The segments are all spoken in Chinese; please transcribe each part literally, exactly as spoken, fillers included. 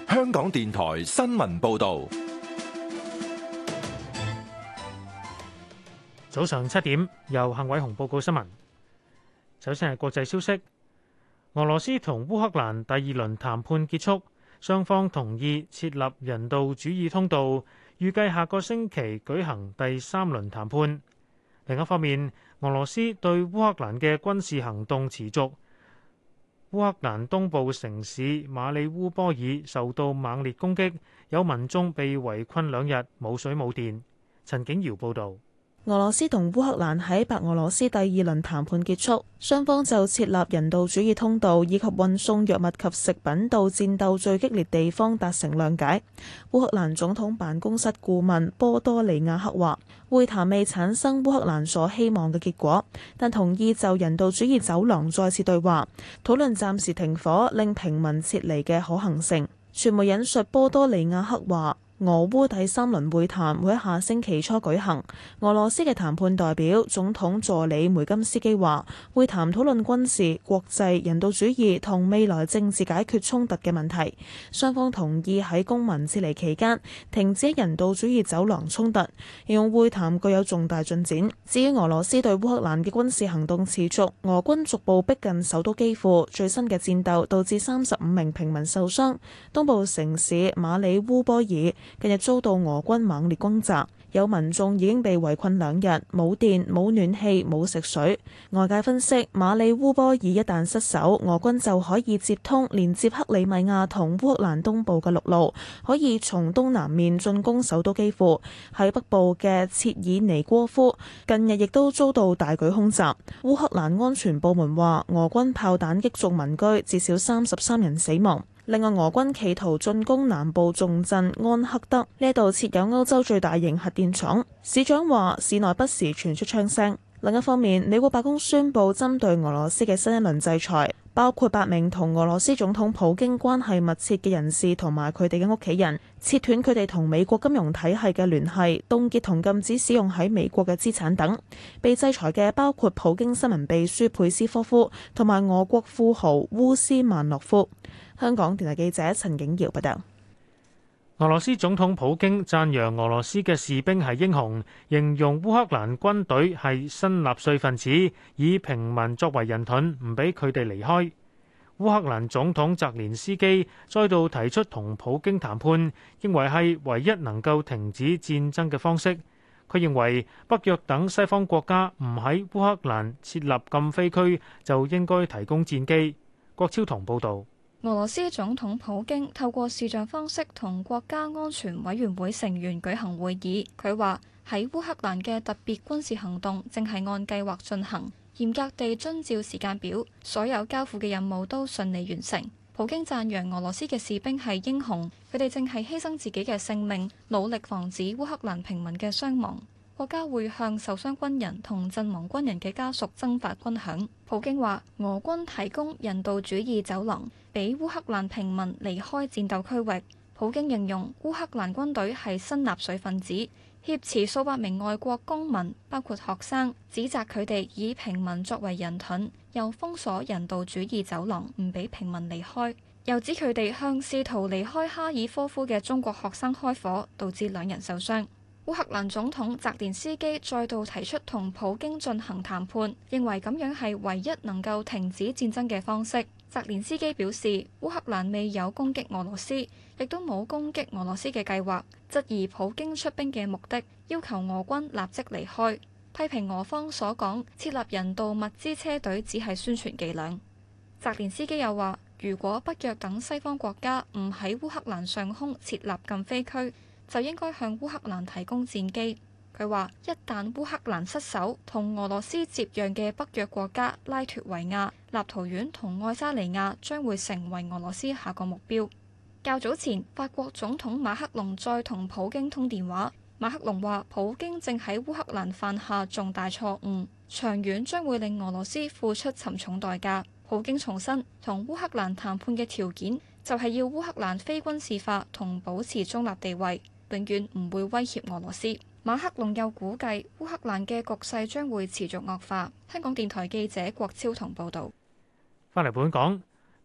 香港電台新聞報道。 早上七點，由幸偉雄報告新聞。首先係國際消息，俄羅斯同烏克蘭第二輪談判結束，雙方同意設立人道主義通道，預計下個星期舉行第三輪談判。另一方面，俄羅斯對烏克蘭嘅軍事行動持續。烏克蘭東部城市馬里烏波爾受到猛烈攻擊，有民眾被圍困兩日，冇水冇電。陳景堯報導。 俄羅斯同烏克蘭喺白俄羅斯第二輪談判結束，雙方就設立人道主義通道以及運送藥物及食品到戰鬥最激烈地方達成諒解。烏克蘭總統辦公室顧問波多利亞克話，會談未產生烏克蘭所希望嘅結果，但同意就人道主義走廊再次對話，討論暫時停火令平民撤離嘅可行性。傳媒引述波多利亞克話，俄烏第三輪會談會喺下星期初舉行。俄羅斯嘅談判代表總統助理梅金斯基話，會談討論軍事、國際、人道主義同未來政治解決衝突嘅問題。雙方同意喺公民撤離期間停止人道主義走廊衝突，形容會談具有重大進展。至於俄羅斯對烏克蘭嘅軍事行動持續，俄軍逐步逼近首都基輔，最新嘅戰鬥導致三十五名平民受傷。東部城市馬里烏波爾近日遭到俄軍猛烈轟炸，有民眾已經被圍困兩日，冇電、冇暖氣、冇食水。外界分析，馬里烏波爾一旦失守，俄軍就可以接通連接克里米亞同烏克蘭東部嘅陸路，可以從東南面進攻首都基輔。喺北部嘅切爾尼戈夫近日亦都遭到大舉空襲。烏克蘭安全部門話，俄軍炮彈擊中民居，至少三十三人死亡。另外，俄軍企圖進攻南部重鎮安克德，呢度設有歐洲最大型核電廠。市長話，市內不時傳出槍聲。另一方面，美國白宮宣布針對俄羅斯嘅新一輪制裁，包括八名同俄羅斯總統普京關係密切嘅人士同埋佢哋嘅屋企人，切斷佢哋同美國金融體系嘅聯繫，凍結同禁止使用喺美國嘅資產等。被制裁嘅包括普京新聞秘書佩斯科夫同埋俄國富豪烏斯曼諾夫。香港電台記者陳景堯報道。 俄羅斯總統普京讚揚俄羅斯嘅士兵係英雄，形容烏克蘭軍隊係新納粹分子，以平民作為人盾，唔俾佢哋離開。烏克蘭總統澤連斯基再度提出同普京談判，認為係唯一能夠停止戰爭嘅方式。佢認為北約等西方國家唔喺烏克蘭設立禁飛區，就應該提供戰機。郭超同報導。 俄羅斯總統普京透過視像方式同國家安全委員會成員舉行會議。佢話喺烏克蘭嘅特別軍事行動正係按計劃進行，嚴格地遵照時間表，所有交付嘅任務都順利完成。普京讚揚俄羅斯嘅士兵係英雄，佢哋正係犧牲自己嘅性命，努力防止烏克蘭平民嘅傷亡。國家會向受傷軍人同陣亡軍人嘅家屬增發軍餉。普京話，俄軍提供人道主義走廊，俾烏克蘭平民離開戰鬥區域。普京形容烏克蘭軍隊係新納粹分子，挾持數百名外國公民，包括學生，指責佢哋以平民作為人盾，又封鎖人道主義走廊，唔俾平民離開。又指佢哋向試圖離開哈爾科夫嘅中國學生開火，導致兩人受傷。烏克蘭總統澤連斯基再度提出同普京進行談判，認為咁樣係唯一能夠停止戰爭嘅方式。澤連斯基表示，烏克蘭未有攻擊俄羅斯，亦都冇攻擊俄羅斯嘅計劃，質疑普京出兵嘅目的，要求俄軍立即離開，批評俄方所講設立人道物資車隊只係宣傳伎倆。澤連斯基又話，如果北約等西方國家唔喺烏克蘭上空設立禁飛區，就應該向烏克蘭提供戰機。佢話，一旦烏克蘭失守，同俄羅斯接壤嘅北約國家拉脫維亞、立陶宛同愛沙尼亞將會成為俄羅斯下個目標。較早前，法國總統馬克龍再同普京通電話。馬克龍話，普京正喺烏克蘭犯下重大錯誤，長遠將會令俄羅斯付出沉重代價。普京重申，同烏克蘭談判嘅條件就係要烏克蘭非軍事化同保持中立地位，永遠唔會威脅俄羅斯。馬克龍又估計烏克蘭嘅局勢將會持續惡化。香港電台記者郭超同報導。 翻嚟本港，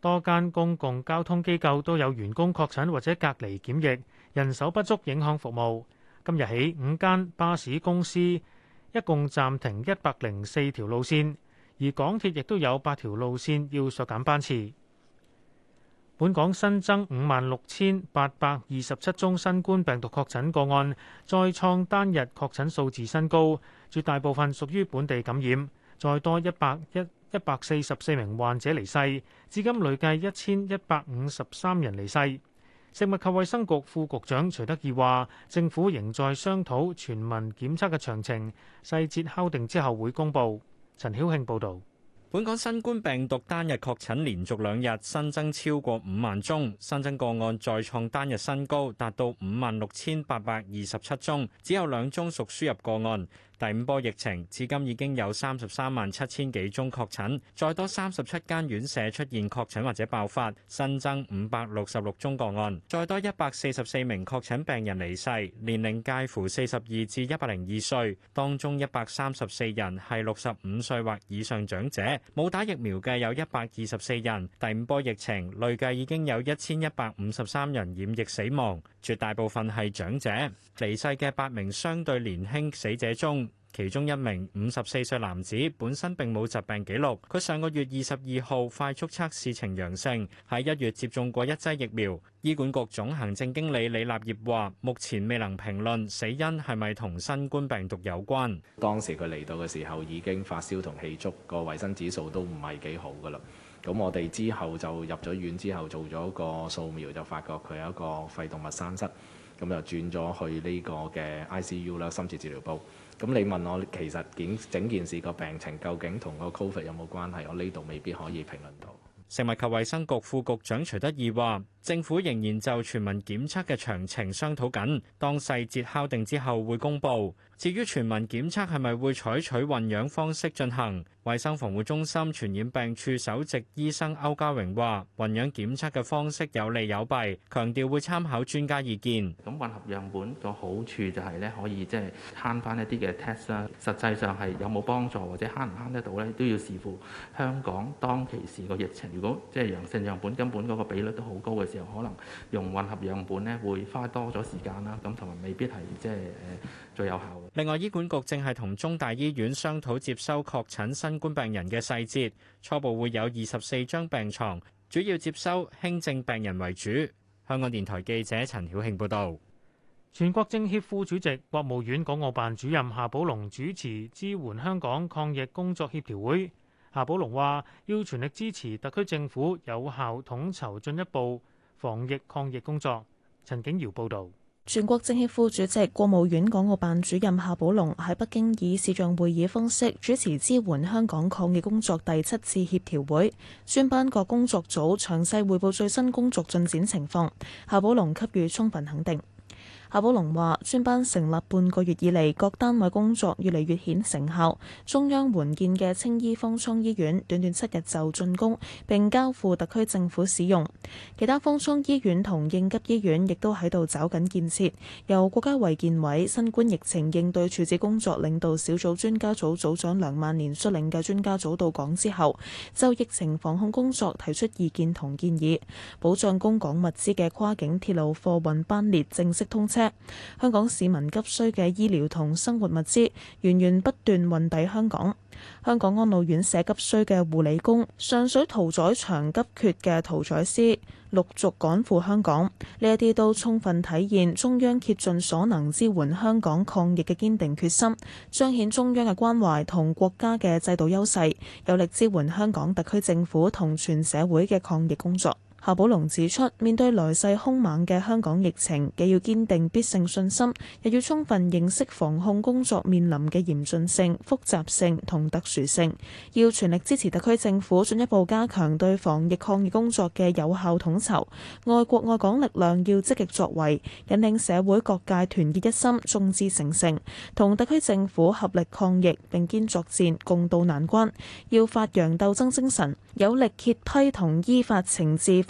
多間公共交通機構都有員工確診或者隔離檢疫，人手不足影響服務。今日起，五間巴士公司一共暫停一百零四條路線，而港鐵亦都有八條路線要削減班次。本港新增五萬六千八百二十七宗新冠病毒確診個案，再創單日確診數字新高，絕大部分屬於本地感染。再多一百一一百四十四名患者離世，至今累計一千一百五十三人離世。食物及衛生局副局長徐德義話，政府仍在商討全民檢測嘅詳情，細節敲定之後會公佈。陳曉慶報導。 本港新冠病毒單日確診連續兩日新增超過五萬宗，新增個案再創單日新高，達到五萬六千八百二十七宗，只有兩宗屬輸入個案。第五波疫情至今已經有三十三萬七千幾宗確診，再多三十七間院舍出現確診或者爆發，新增五百六十六宗個案，再多一百四十四名確診病人離世，年齡介乎四十二至一百零二歲，當中一百三十四人係六十五歲或以上長者，冇打疫苗嘅有一百二十四人。第五波疫情累計已經有一千一百五十三人染疫死亡，絕大部分係長者。離世嘅八名相對年輕死者中，其中一名五十四歲男子本身並冇疾病記錄，佢上個月二十二號快速測試呈陽性，喺一月接種過一劑疫苗。醫管局總行政經理李立業話：目前未能評論死因係咪同新冠病毒有關。 當時佢嚟到嘅時候已經發燒同氣促，個維生指數都唔係幾好㗎喇。咁我哋之後就入咗院之後做咗個掃描，就發覺佢有一個肺動脈栓塞，咁就轉咗去呢個嘅 I C U 啦，深切治療部。咁你問我其實件整件事個病情究竟同個 Covid 有冇關係？我呢度未必可以評論到。 食物及衛生局副局長徐德義話：政府仍然就全民檢測嘅詳情商討緊，當細節敲定之後會公佈。至於全民檢測係咪會採取混養方式進行？衛生防護中心傳染病處首席醫生歐家榮話：混養檢測嘅方式有利有弊，強調會參考專家意見。 咁混合樣本個好處就係咧，可以即係慳翻一啲嘅 test 啦。實際上係有冇幫助或者慳唔慳得到咧，都要視乎香港當其時個疫情。如果即係陽性樣本根本嗰個比率都好高嘅時候，可能用混合樣本咧會花多咗時間啦，咁同埋未必係即係誒最有效嘅。 另外，醫管局正係同中大醫院商討接收確診新冠病人嘅細節，初步會有二十四張病床，主要接收輕症病人為主。香港電台記者陳曉慶報導。 全國政協副主席、國務院港澳辦主任夏寶龍主持支援香港抗疫工作協調會。夏寶龍話：要全力支持特區政府有效統籌進一步防疫抗疫工作。陳景堯報導。 全國政協副主席、國務院港澳辦主任夏寶龍喺北京以視像會議方式主持支援香港抗疫工作第七次協調會，專班各工作組詳細匯報最新工作進展情況。夏寶龍給予充分肯定。夏寶龍話：專班成立半個月以嚟，各單位工作越嚟越顯成效。中央援建嘅青衣方艙醫院短短七日就竣工並交付特區政府使用，其他方艙醫院同應急醫院亦都喺度抓緊建設。由國家衛健委新冠疫情應對處置工作領導小組專家組組長梁萬年率領嘅專家組到港之後，就疫情防控工作提出意見同建議，保障供港物資嘅跨境鐵路貨運班列正式通車。香港市民急需嘅醫療同生活物資源源不斷運抵香港，香港安老院舍急需嘅護理工、上水屠宰場急缺嘅屠宰師陸續趕赴香港，呢一啲都充分體現中央竭盡所能支援香港抗疫嘅堅定決心，彰顯中央嘅關懷同國家嘅制度優勢，有力支援香港特區政府同全社會嘅抗疫工作。夏寶龍指出，面對來勢兇猛嘅香港疫情，既要堅定必勝信心，又要充分認識防控工作面臨嘅嚴峻性、複雜性同特殊性，要全力支持特區政府進一步加強對防疫抗疫工作嘅有效統籌，愛國愛港力量要積極作為，引領社會各界團結一心、眾志成城，同特區政府合力抗疫、並肩作戰、共渡難關，要發揚鬥爭精神，有力揭批同依法懲治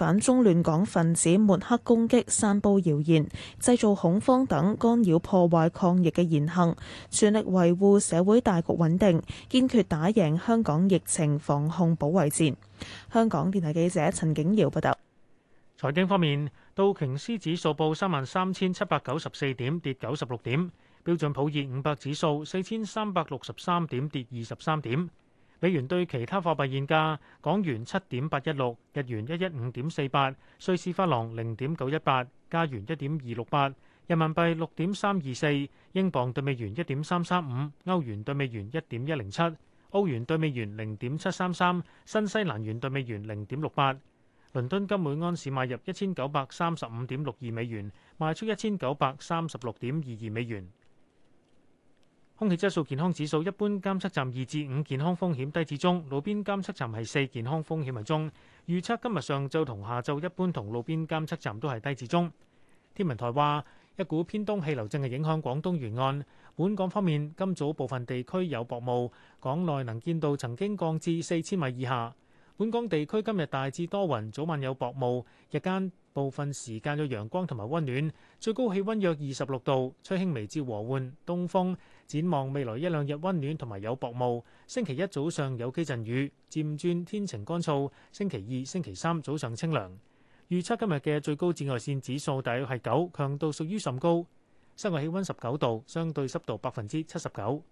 反中亂港分子抹黑攻擊、散佈謠言、製造恐慌等干擾破壞抗疫嘅言行，全力維護社會大局穩定，堅決打贏香港疫情防控保衛戰。香港電台記者陳景瑤報道。 財經方面，道瓊斯指數報三萬三千七百九十四點，跌九十六點；標準普爾五百指數四千三百六十三點，跌二十三點。美元對其他貨幣現價：港元七點八一六，日元一一五點四八，瑞士法郎零點九一八，加元一點二六八，人民幣六點三二四，英鎊對美元一點三三五，歐元對美元一點一零七，澳元對美元零點七三三，新西蘭元對美元零點六八。倫敦金每安士買入一千九百三十五點六二美元，賣出一千九百三十六點二二美元。空氣質素健康指數一般監測站二至五，健康風險低至中，路邊監測站係四，健康風險係中。預測今日上晝同下晝一般同路邊監測站都係低至中。天文台話，一股偏東氣流正係影響廣東沿岸。本港方面，今早部分地區有薄霧，港內能見度曾經降至四千米以下。本港地區今日大致多雲，早晚有薄霧，日間部分時間有陽光同埋溫暖，最高氣溫約二十六度，吹輕微至和緩東風。展望未來一兩日溫暖同埋有薄霧，星期一早上有幾陣雨，漸轉天晴乾燥。星期二、星期三早上清涼。預測今日嘅最高紫外線指數大約係九，強度屬於甚高。室外氣溫十九度，相對濕度百分之七十九。